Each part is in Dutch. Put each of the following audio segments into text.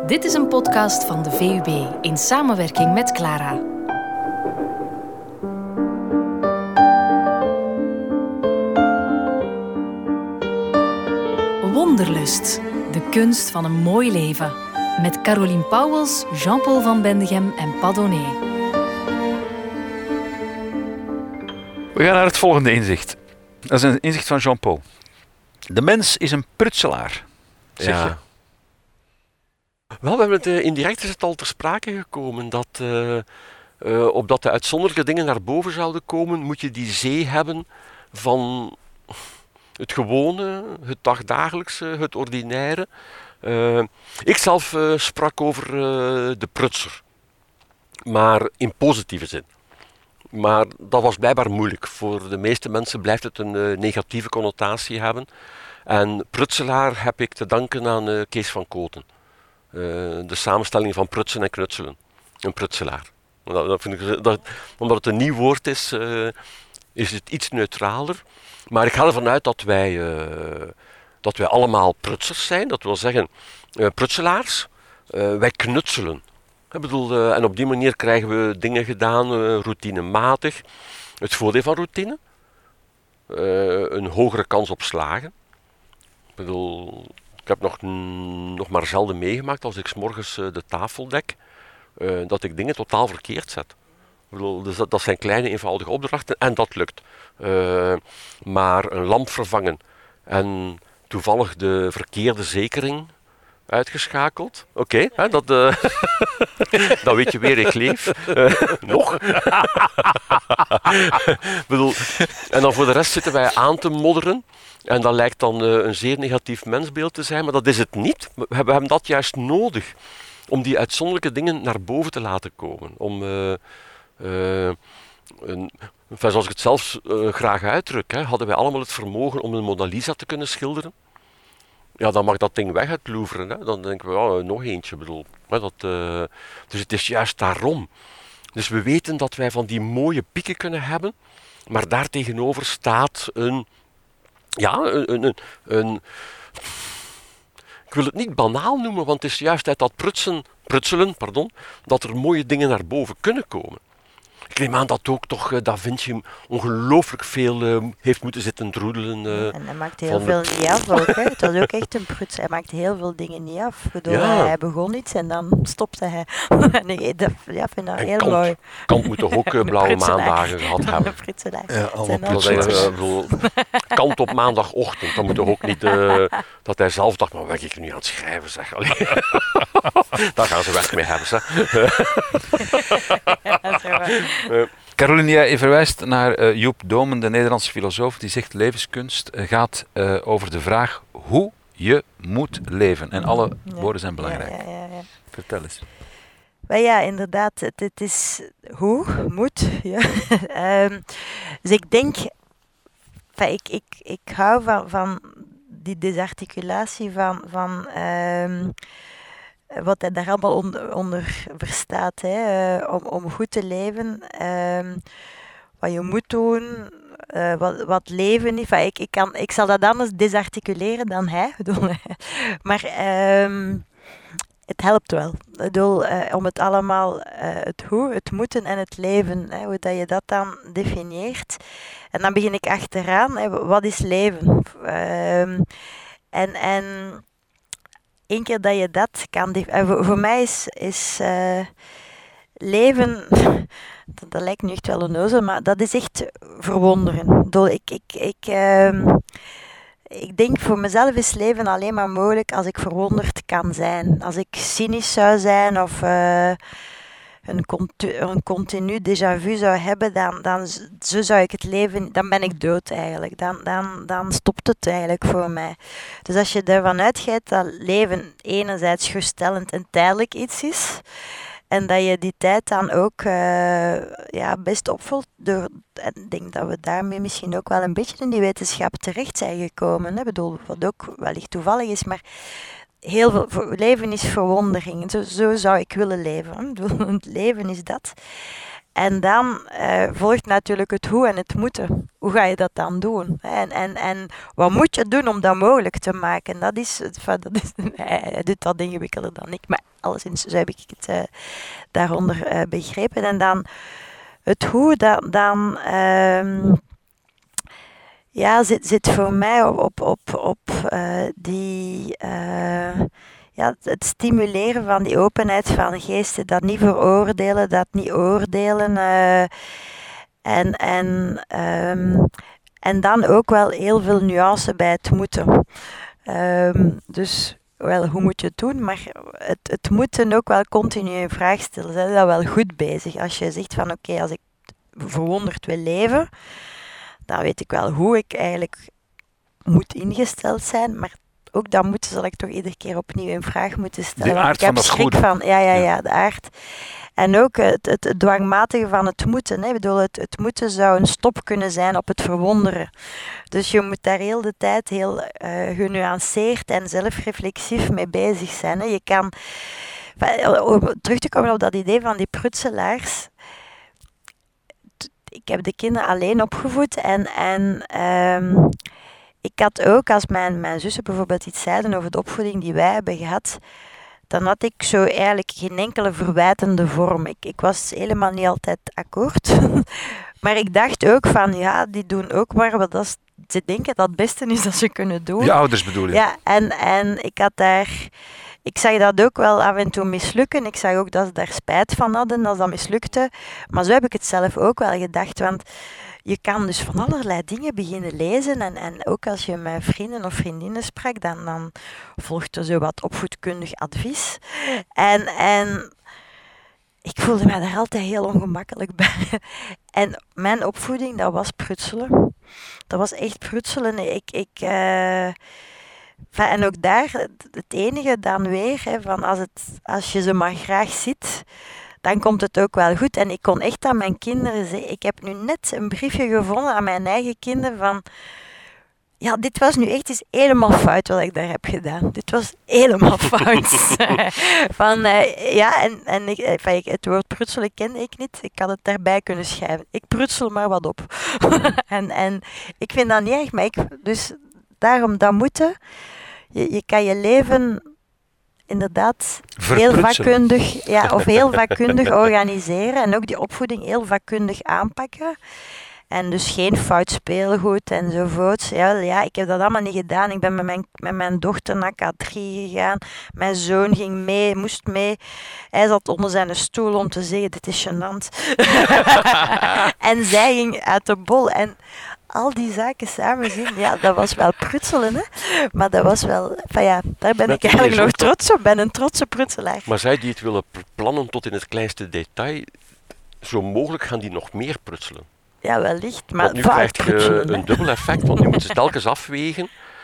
Dit is een podcast van de VUB in samenwerking met Clara. Wonderlust, de kunst van een mooi leven. Met Caroline Pauwels, Jean-Paul van Bendegem en Padonnet. We gaan naar het volgende inzicht. Dat is een inzicht van Jean-Paul. De mens is een prutselaar, zeg je. Wel, we hebben het indirect is het al ter sprake gekomen dat opdat de uitzonderlijke dingen naar boven zouden komen, moet je die zee hebben van het gewone, het dagdagelijkse, het ordinaire. Ik zelf sprak over de prutser, maar in positieve zin. Maar dat was blijkbaar moeilijk. Voor de meeste mensen blijft het een negatieve connotatie hebben. En prutselaar heb ik te danken aan Kees van Kooten. De samenstelling van prutsen en knutselen. Een prutselaar. Dat vind ik, omdat het een nieuw woord is, is het iets neutraler. Maar ik ga ervan uit dat wij allemaal prutsers zijn. Dat wil zeggen, prutselaars. Wij knutselen. Ik bedoel, en op die manier krijgen we dingen gedaan, routinematig. Het voordeel van routine. Een hogere kans op slagen. Ik bedoel, ik heb nog maar zelden meegemaakt als ik 's morgens de tafel dek, dat ik dingen totaal verkeerd zet. Ik bedoel, dus dat zijn kleine eenvoudige opdrachten en dat lukt. Maar een lamp vervangen en toevallig de verkeerde zekering uitgeschakeld. Oké, dat dan weet je weer, ik leef. Nog. Bedoel, en dan voor de rest zitten wij aan te modderen. En dat lijkt dan een zeer negatief mensbeeld te zijn, maar dat is het niet. We hebben dat juist nodig om die uitzonderlijke dingen naar boven te laten komen. Zoals ik het zelf graag uitdruk, hadden wij allemaal het vermogen om een Mona Lisa te kunnen schilderen. Ja, dan mag dat ding weg uit het Louvre. Hè. Dan denken we, nog eentje. Bedoel. Dus het is juist daarom. Dus we weten dat wij van die mooie pieken kunnen hebben, maar daartegenover staat een ik wil het niet banaal noemen, want het is juist uit dat prutselen, dat er mooie dingen naar boven kunnen komen. Ik neem aan dat ook toch Da Vinci ongelooflijk veel heeft moeten zitten droedelen. En hij maakte heel veel niet af ook. Hè. Het was ook echt een pruts. Hij maakte heel veel dingen niet af. Hij begon iets en dan stopte hij. Nee, dat vind ik heel mooi. Kant moet toch ook blauwe maandagen gehad hebben. Een prutselaar. Ja, allemaal Kant op maandagochtend. Dan moet toch ook niet dat hij zelf dacht, maar wat ben ik nu aan het schrijven, zeg. Daar gaan ze weg mee hebben, zeg. Caroline, jij verwijst naar Joep Domen, de Nederlandse filosoof, die zegt levenskunst gaat over de vraag hoe je moet leven. En alle woorden zijn belangrijk. Ja. Vertel eens. Maar ja, inderdaad, het is hoe, moet. Ja. Dus ik denk, ik hou van die desarticulatie van wat hij daar allemaal onder verstaat, om goed te leven, wat je moet doen, wat leven is. Ik zal dat anders desarticuleren dan hij. Maar het helpt wel. Om het allemaal, het hoe, het moeten en het leven, hoe dat je dat dan definieert. En dan begin ik achteraan, wat is leven? En één keer dat je dat kan... Voor mij is leven... Dat lijkt nu echt wel een onnozel, maar dat is echt verwonderen. Ik denk voor mezelf is leven alleen maar mogelijk als ik verwonderd kan zijn. Als ik cynisch zou zijn of een continu déjà vu zou hebben, dan zo zou ik het leven... Dan ben ik dood eigenlijk. Dan stopt het eigenlijk voor mij. Dus als je ervan uitgaat dat leven enerzijds geruststellend en tijdelijk iets is, en dat je die tijd dan ook best opvult. En ik denk dat we daarmee misschien ook wel een beetje in die wetenschap terecht zijn gekomen. Ik bedoel, wat ook wellicht toevallig is, maar heel veel leven is verwondering. Zo zou ik willen leven. Het leven is dat. En dan volgt natuurlijk het hoe en het moeten. Hoe ga je dat dan doen? En wat moet je doen om dat mogelijk te maken? Hij doet dat ingewikkelder dan ik, maar alleszins zo heb ik het daaronder begrepen. En dan het hoe, zit voor mij op het stimuleren van die openheid van geesten, dat niet veroordelen, dat niet oordelen. En dan ook wel heel veel nuance bij het moeten. Dus wel, hoe moet je het doen? Maar het moeten ook wel continu in vraag stellen. Zijn dat wel goed bezig? Als je zegt van oké, als ik verwonderd wil leven, dan weet ik wel hoe ik eigenlijk moet ingesteld zijn, maar ook dat zal ik toch iedere keer opnieuw in vraag moeten stellen. De aard ik heb van dat schrik goede. Van, de aard. En ook het dwangmatige van het moeten. Hè. Ik bedoel, het moeten zou een stop kunnen zijn op het verwonderen. Dus je moet daar heel de tijd heel genuanceerd en zelfreflexief mee bezig zijn. Hè. Je kan, om terug te komen op dat idee van die prutselaars. Ik heb de kinderen alleen opgevoed en ik had ook, als mijn zussen bijvoorbeeld iets zeiden over de opvoeding die wij hebben gehad, dan had ik zo eigenlijk geen enkele verwijtende vorm. Ik was helemaal niet altijd akkoord. Maar ik dacht ook van, ja, die doen ook maar wat ze denken dat het beste is dat ze kunnen doen. Je ouders bedoel je? Ja, en ik zag dat ook wel af en toe mislukken. Ik zag ook dat ze daar spijt van hadden als dat mislukte. Maar zo heb ik het zelf ook wel gedacht. Want je kan dus van allerlei dingen beginnen lezen. En ook als je met vrienden of vriendinnen sprak, dan volgt er zo wat opvoedkundig advies. En ik voelde me daar altijd heel ongemakkelijk bij. En mijn opvoeding, dat was prutselen. Dat was echt prutselen. En ook daar, het enige dan weer, hè, van als je ze maar graag ziet, dan komt het ook wel goed. En ik kon echt aan mijn kinderen zeggen, ik heb nu net een briefje gevonden aan mijn eigen kinderen van, ja, dit was nu echt eens helemaal fout wat ik daar heb gedaan. Dit was helemaal fout. Het woord prutselen kende ik niet. Ik had het daarbij kunnen schrijven. Ik prutsel maar wat op. en ik vind dat niet erg, maar dus daarom dat moeten. Je kan je leven inderdaad heel vakkundig organiseren en ook die opvoeding heel vakkundig aanpakken. En dus geen fout speelgoed enzovoort. Ja, ik heb dat allemaal niet gedaan. Ik ben met mijn dochter naar K3 gegaan. Mijn zoon moest mee. Hij zat onder zijn stoel om te zeggen, dit is gênant. En zij ging uit de bol. En al die zaken samen zien, ja, dat was wel prutselen, hè. Maar dat was wel, daar ben ik eigenlijk nog trots op. Ik ben een trotse prutselaar. Maar zij die het willen plannen tot in het kleinste detail, zo mogelijk gaan die nog meer prutselen. Ja, wellicht. Maar want nu krijg je een dubbel effect, want nu moeten ze telkens afwegen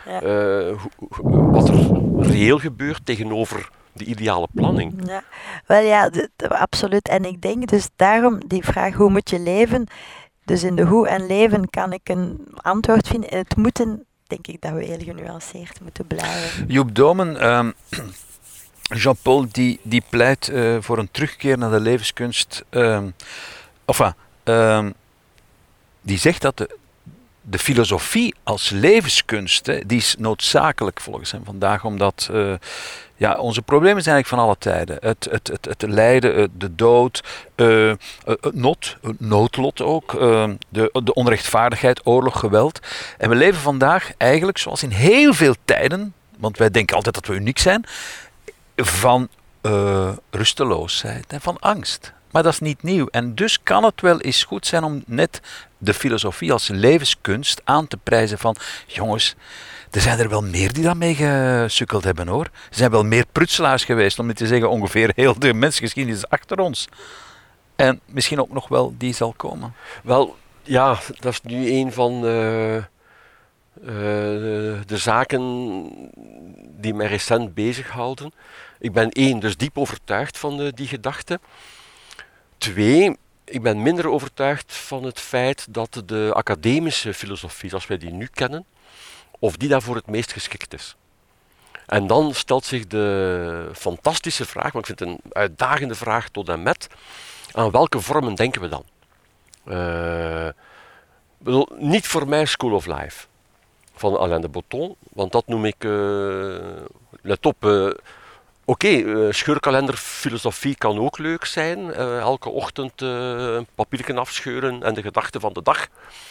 wat er reëel gebeurt tegenover de ideale planning. Ja, wel ja, absoluut. En ik denk dus daarom die vraag, hoe moet je leven? Dus in de hoe en leven kan ik een antwoord vinden. In het moeten, denk ik dat we heel genuanceerd moeten blijven. Joep Domen, Jean-Paul, die pleit voor een terugkeer naar de levenskunst. Die zegt dat de filosofie als levenskunst, die is noodzakelijk volgens hem vandaag, omdat onze problemen zijn eigenlijk van alle tijden. Het lijden, de dood, het noodlot ook, de onrechtvaardigheid, oorlog, geweld. En we leven vandaag eigenlijk, zoals in heel veel tijden, want wij denken altijd dat we uniek zijn, van rusteloosheid en van angst. Maar dat is niet nieuw. En dus kan het wel eens goed zijn om net de filosofie als levenskunst aan te prijzen van, jongens, er zijn er wel meer die daarmee gesukkeld hebben, hoor. Er zijn wel meer prutselaars geweest, om niet te zeggen ongeveer heel de mensgeschiedenis achter ons. En misschien ook nog wel die zal komen. Wel, ja, dat is nu een van de zaken die mij recent bezighouden. Ik ben dus diep overtuigd van die gedachte. 2, ik ben minder overtuigd van het feit dat de academische filosofie, zoals wij die nu kennen, of die daarvoor het meest geschikt is. En dan stelt zich de fantastische vraag, want ik vind het een uitdagende vraag tot en met, aan welke vormen denken we dan? Niet voor mij School of Life van Alain de Botton, want dat noem ik, let op, scheurkalender filosofie kan ook leuk zijn. Elke ochtend een papiertje afscheuren en de gedachte van de dag.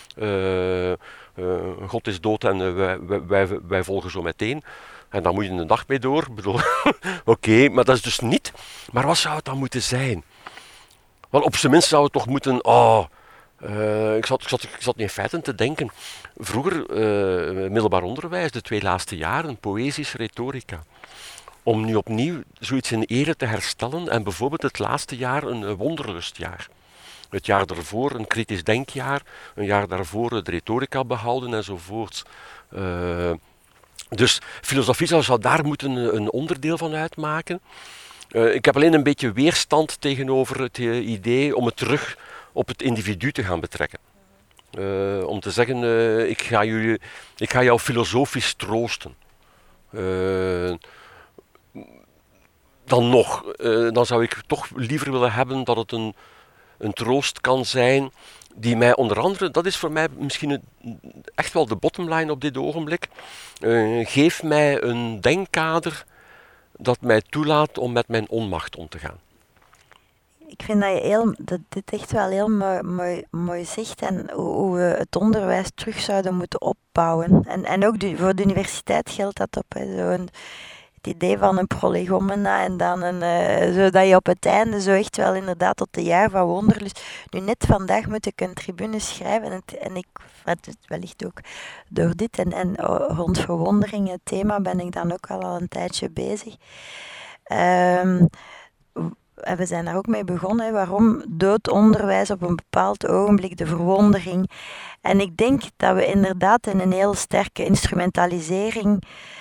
God is dood en wij volgen zo meteen. En dan moet je een dag mee door. Oké, maar dat is dus niet. Maar wat zou het dan moeten zijn? Want op zijn minst zou het toch moeten... Ik zat in feite te denken. Vroeger, middelbaar onderwijs, de 2 laatste jaren, poëzisch retorica. Om nu opnieuw zoiets in ere te herstellen en bijvoorbeeld het laatste jaar een wonderlustjaar. Het jaar daarvoor een kritisch denkjaar, een jaar daarvoor de retorica behouden enzovoort. Dus filosofie zou daar moeten een onderdeel van uitmaken. Ik heb alleen een beetje weerstand tegenover het idee om het terug op het individu te gaan betrekken. Om te zeggen, ik ga jou filosofisch troosten. Dan zou ik toch liever willen hebben dat het een troost kan zijn die mij onder andere, dat is voor mij misschien echt wel de bottomline op dit ogenblik, geef mij een denkkader dat mij toelaat om met mijn onmacht om te gaan. Ik vind dat dit echt wel heel mooi zegt en hoe we het onderwijs terug zouden moeten opbouwen. En ook voor de universiteit geldt dat op. Het idee van een prolegomena en dan zodat je op het einde zo echt wel inderdaad tot de jaar van wonderlust. Nu net vandaag moet ik een tribune schrijven en ik, het wellicht ook door dit en rond verwondering, het thema, ben ik dan ook al een tijdje bezig. En we zijn daar ook mee begonnen. Waarom doodt onderwijs op een bepaald ogenblik de verwondering? En ik denk dat we inderdaad in een heel sterke instrumentalisering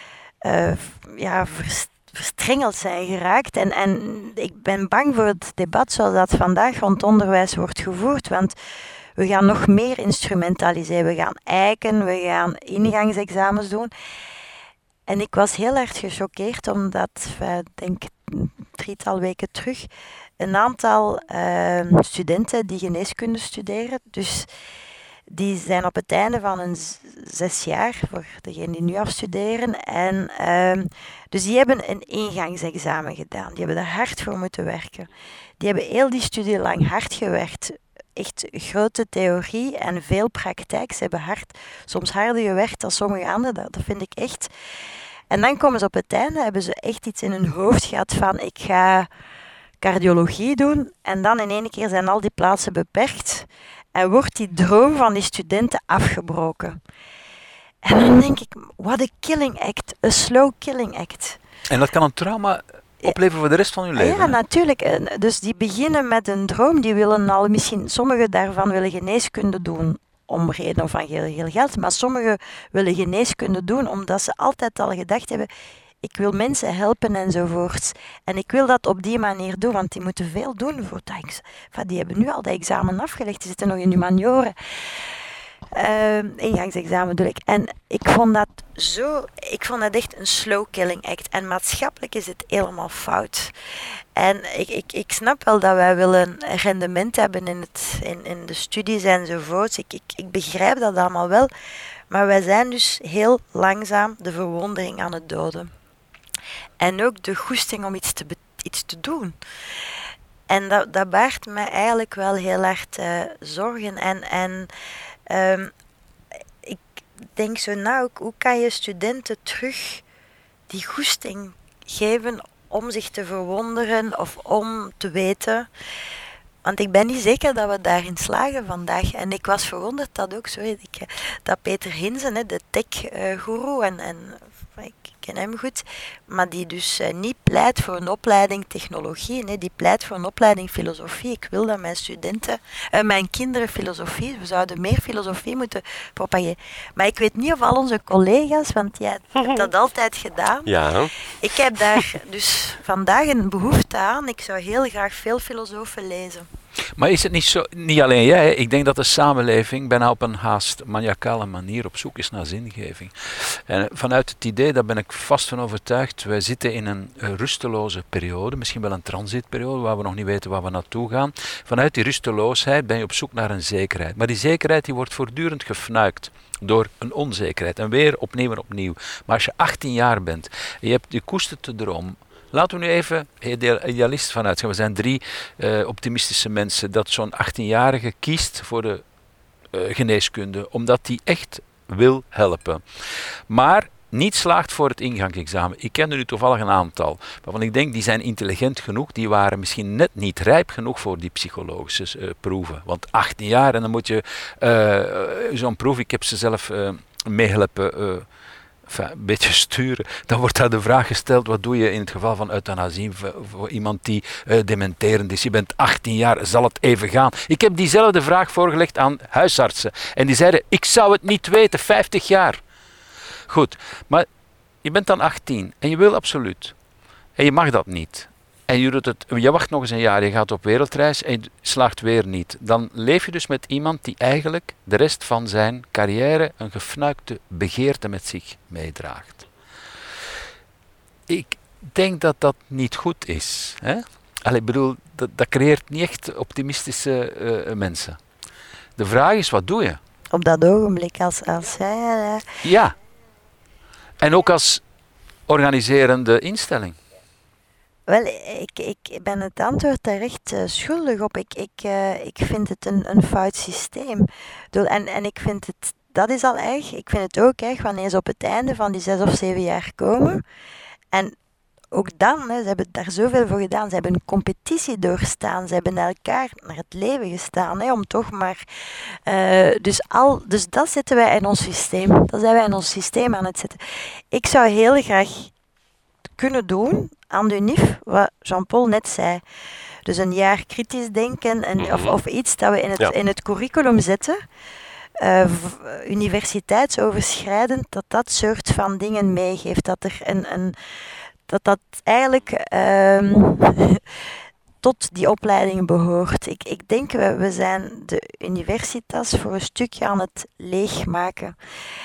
verstrengeld zijn geraakt. En ik ben bang voor het debat zoals dat vandaag rond onderwijs wordt gevoerd. Want we gaan nog meer instrumentaliseren. We gaan eiken, we gaan ingangsexamens doen. En ik was heel erg gechoqueerd omdat, denk 3 weken terug, een aantal studenten die geneeskunde studeren, dus die zijn op het einde van een 6 jaar, voor degenen die nu afstuderen, en dus die hebben een ingangsexamen gedaan. Die hebben daar hard voor moeten werken. Die hebben heel die studie lang hard gewerkt. Echt grote theorie en veel praktijk. Ze hebben soms harder gewerkt dan sommige anderen, dat vind ik echt. En dan komen ze op het einde, hebben ze echt iets in hun hoofd gehad van ik ga cardiologie doen. En dan in één keer zijn al die plaatsen beperkt. En wordt die droom van die studenten afgebroken. En dan denk ik, what a killing act. A slow killing act. En dat kan een trauma opleveren voor de rest van hun leven? Ja, natuurlijk. Dus die beginnen met een droom. Die willen al misschien, sommigen daarvan willen geneeskunde doen om reden van heel geld. Maar sommigen willen geneeskunde doen omdat ze altijd al gedacht hebben, ik wil mensen helpen enzovoorts. En ik wil dat op die manier doen, want die moeten veel doen voor dat examen. Die hebben nu al dat examen afgelegd, die zitten nog in humaniora. Ingangsexamen bedoel ik. En ik vond dat echt een slow killing act. En maatschappelijk is het helemaal fout. En ik snap wel dat wij willen rendement hebben in de studies enzovoorts. Ik begrijp dat allemaal wel. Maar wij zijn dus heel langzaam de verwondering aan het doden. En ook de goesting om iets te doen. En dat baart mij eigenlijk wel heel hard zorgen. En ik denk zo na, hoe kan je studenten terug die goesting geven om zich te verwonderen of om te weten. Want ik ben niet zeker dat we daarin slagen vandaag. En ik was verwonderd dat ook, dat Peter Hinsen, de tech-goeroe, en ik ken hem goed, maar die dus niet pleit voor een opleiding technologie, nee, die pleit voor een opleiding filosofie. Ik wil dat mijn kinderen filosofie, we zouden meer filosofie moeten propageren. Maar ik weet niet of al onze collega's, want jij hebt dat altijd gedaan. Ja. Ik heb daar dus vandaag een behoefte aan. Ik zou heel graag veel filosofen lezen. Maar is het niet zo, niet alleen jij, hè? Ik denk dat de samenleving bijna op een haast maniacale manier op zoek is naar zingeving. En vanuit het idee, daar ben ik vast van overtuigd, wij zitten in een rusteloze periode, misschien wel een transitperiode, waar we nog niet weten waar we naartoe gaan. Vanuit die rusteloosheid ben je op zoek naar een zekerheid. Maar die zekerheid die wordt voortdurend gefnuikt door een onzekerheid. En weer opnieuw en opnieuw. Maar als je 18 jaar bent en je koestert de droom. Laten we nu even idealist vanuit gaan. We zijn 3 optimistische mensen dat zo'n 18-jarige kiest voor de geneeskunde, omdat die echt wil helpen. Maar niet slaagt voor het ingangsexamen. Ik ken er nu toevallig een aantal, waarvan ik denk, die zijn intelligent genoeg, die waren misschien net niet rijp genoeg voor die psychologische proeven. Want 18 jaar en dan moet je zo'n proef, ik heb ze zelf meehelpen, een beetje sturen, dan wordt daar de vraag gesteld, wat doe je in het geval van euthanasie voor iemand die dementerend is? Je bent 18 jaar, zal het even gaan? Ik heb diezelfde vraag voorgelegd aan huisartsen en die zeiden, ik zou het niet weten, 50 jaar. Goed, maar je bent dan 18 en je wil absoluut. En je mag dat niet. En je wacht nog eens een jaar, je gaat op wereldreis en je slaagt weer niet. Dan leef je dus met iemand die eigenlijk de rest van zijn carrière een gefnuikte begeerte met zich meedraagt. Ik denk dat dat niet goed is. Hè? Ik bedoel, dat creëert niet echt optimistische mensen. De vraag is, wat doe je? Op dat ogenblik, als jij... Ja. En ook als organiserende instelling. Wel, ik ben het antwoord daar echt schuldig op. Ik vind het een fout systeem. En ik vind het, dat is al erg. Ik vind het ook erg wanneer ze op het einde van die 6 of 7 jaar komen. En ook dan, ze hebben daar zoveel voor gedaan. Ze hebben een competitie doorstaan. Ze hebben elkaar naar het leven gestaan. Om toch maar... Dus dat zetten wij in ons systeem. Dat zijn wij in ons systeem aan het zetten. Ik zou heel graag kunnen doen aan de UNIF, wat Jean-Paul net zei. Dus een jaar kritisch denken of iets dat we in het curriculum zetten. Universiteitsoverschrijdend, dat soort van dingen meegeeft. Dat er dat eigenlijk tot die opleiding behoort. Ik denk, we zijn de universitas voor een stukje aan het leegmaken.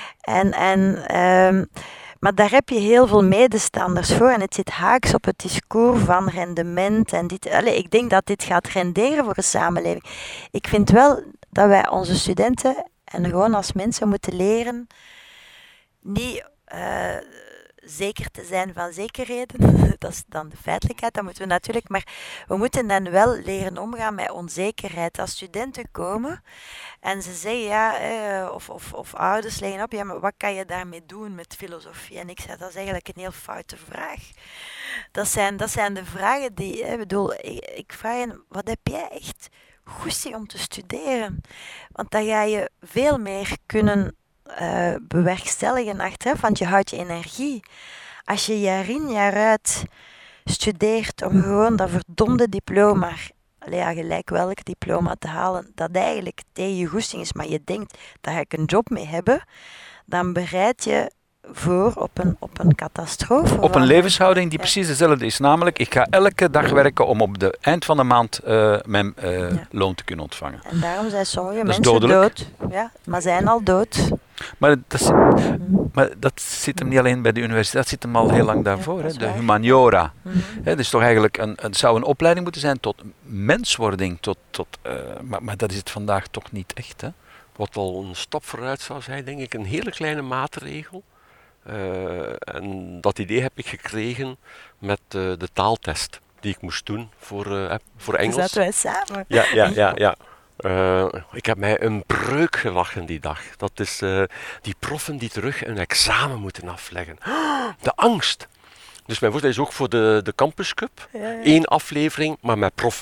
Maar daar heb je heel veel medestanders voor en het zit haaks op het discours van rendement. En ik denk dat dit gaat renderen voor een samenleving. Ik vind wel dat wij onze studenten en gewoon als mensen moeten leren niet zeker te zijn van zekerheden. Dat is dan de feitelijkheid, dat moeten we natuurlijk. Maar we moeten dan wel leren omgaan met onzekerheid. Als studenten komen en ze zeggen, of ouders leggen op, maar wat kan je daarmee doen met filosofie? En ik zei, dat is eigenlijk een heel foute vraag. Dat zijn de vragen die, ik vraag hen, wat heb jij echt goesting om te studeren? Want dan ga je veel meer kunnen bewerkstelligen achteraf, want je houdt je energie. Als je jaar in jaar uit studeert om gewoon dat verdomde diploma, gelijk welk diploma te halen, dat eigenlijk tegen je goesting is, maar je denkt, daar ga ik een job mee hebben, dan bereid je voor op een catastrofe. Op een levenshouding die precies dezelfde is. Namelijk, ik ga elke dag werken om op het eind van de maand mijn loon te kunnen ontvangen. En daarom zijn sommige mensen dood. Ja, maar zijn al dood. Maar dat zit hem niet alleen bij de universiteit, dat zit hem al heel lang daarvoor. De humaniora. Dus toch eigenlijk het zou een opleiding moeten zijn tot menswording. Maar dat is het vandaag toch niet echt. Hè? Wat al een stap vooruit zou zijn, denk ik, een hele kleine maatregel. En dat idee heb ik gekregen met de taaltest die ik moest doen voor Engels. Dus zaten wij samen. Ja. Ik heb mij een breuk gelachen die dag. Dat is die proffen die terug een examen moeten afleggen. De angst. Dus mijn voorstel is ook voor de Campus Cup. 1 aflevering, maar met prof.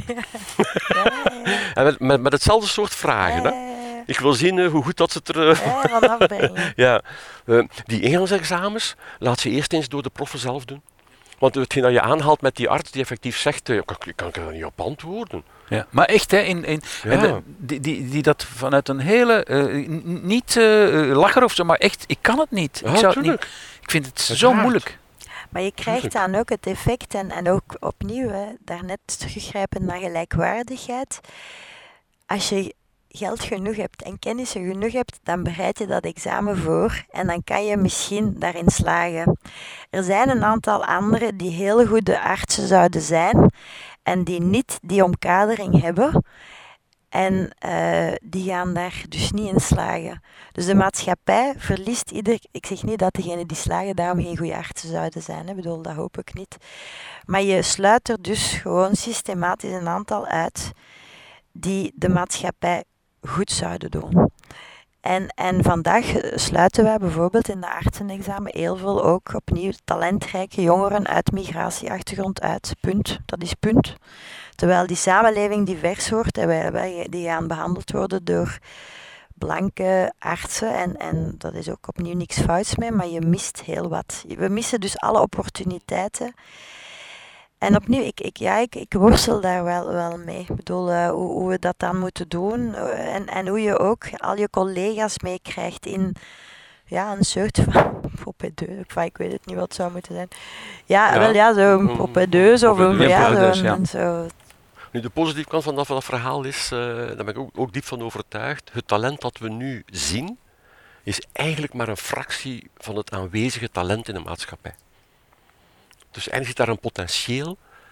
En met hetzelfde soort vragen. Hè? Ik wil zien hoe goed dat ze het er vanaf brengen. Ja. Die Engelsexamens, laat ze eerst eens door de proffen zelf doen. Want hetgeen dat je aanhaalt met die arts die effectief zegt, kan ik er niet op antwoorden. Ja, maar echt, hè, die dat vanuit een hele, niet lacher of zo, maar echt, ik kan het niet. Ja, Ik vind het zo moeilijk. Maar je krijgt dan ook het effect, en ook opnieuw, daarnet teruggrijpen naar gelijkwaardigheid. Als je geld genoeg hebt en kennissen genoeg hebt, dan bereid je dat examen voor en dan kan je misschien daarin slagen. Er zijn een aantal anderen die hele goede artsen zouden zijn en die niet die omkadering hebben. En die gaan daar dus niet in slagen. Dus de maatschappij verliest ik zeg niet dat degenen die slagen daarom geen goede artsen zouden zijn. Ik bedoel, dat hoop ik niet. Maar je sluit er dus gewoon systematisch een aantal uit die de maatschappij goed zouden doen. En vandaag sluiten wij bijvoorbeeld in de artsenexamen heel veel ook opnieuw talentrijke jongeren uit migratieachtergrond uit. Punt. Dat is punt. Terwijl die samenleving divers wordt en die gaan behandeld worden door blanke artsen. En dat is ook opnieuw niks fouts mee, maar je mist heel wat. We missen dus alle opportuniteiten. En opnieuw, ik worstel daar wel mee. Ik bedoel, hoe we dat dan moeten doen. En hoe je ook al je collega's meekrijgt in een soort van propedeuse. Ik weet het niet wat het zou moeten zijn. Zo'n propedeuse of een... Zo. Nu, de positieve kant van dat verhaal is, daar ben ik ook diep van overtuigd, het talent dat we nu zien, is eigenlijk maar een fractie van het aanwezige talent in de maatschappij. Dus eigenlijk zit daar een potentieel.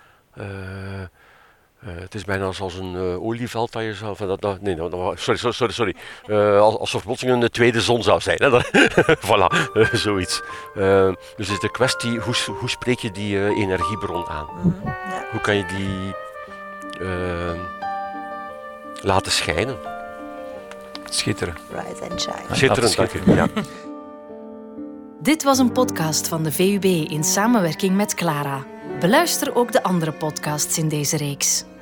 Het is bijna zoals een olieveld dat je zou... Sorry. Als er plotseling een tweede zon zou zijn. Hè? Voilà, zoiets. Dus het is de kwestie, hoe spreek je die energiebron aan? Ja. Hoe kan je die laten schijnen? Schitteren. Rise and shine. Schitterend, dank u. Ja. Dit was een podcast van de VUB in samenwerking met Clara. Beluister ook de andere podcasts in deze reeks.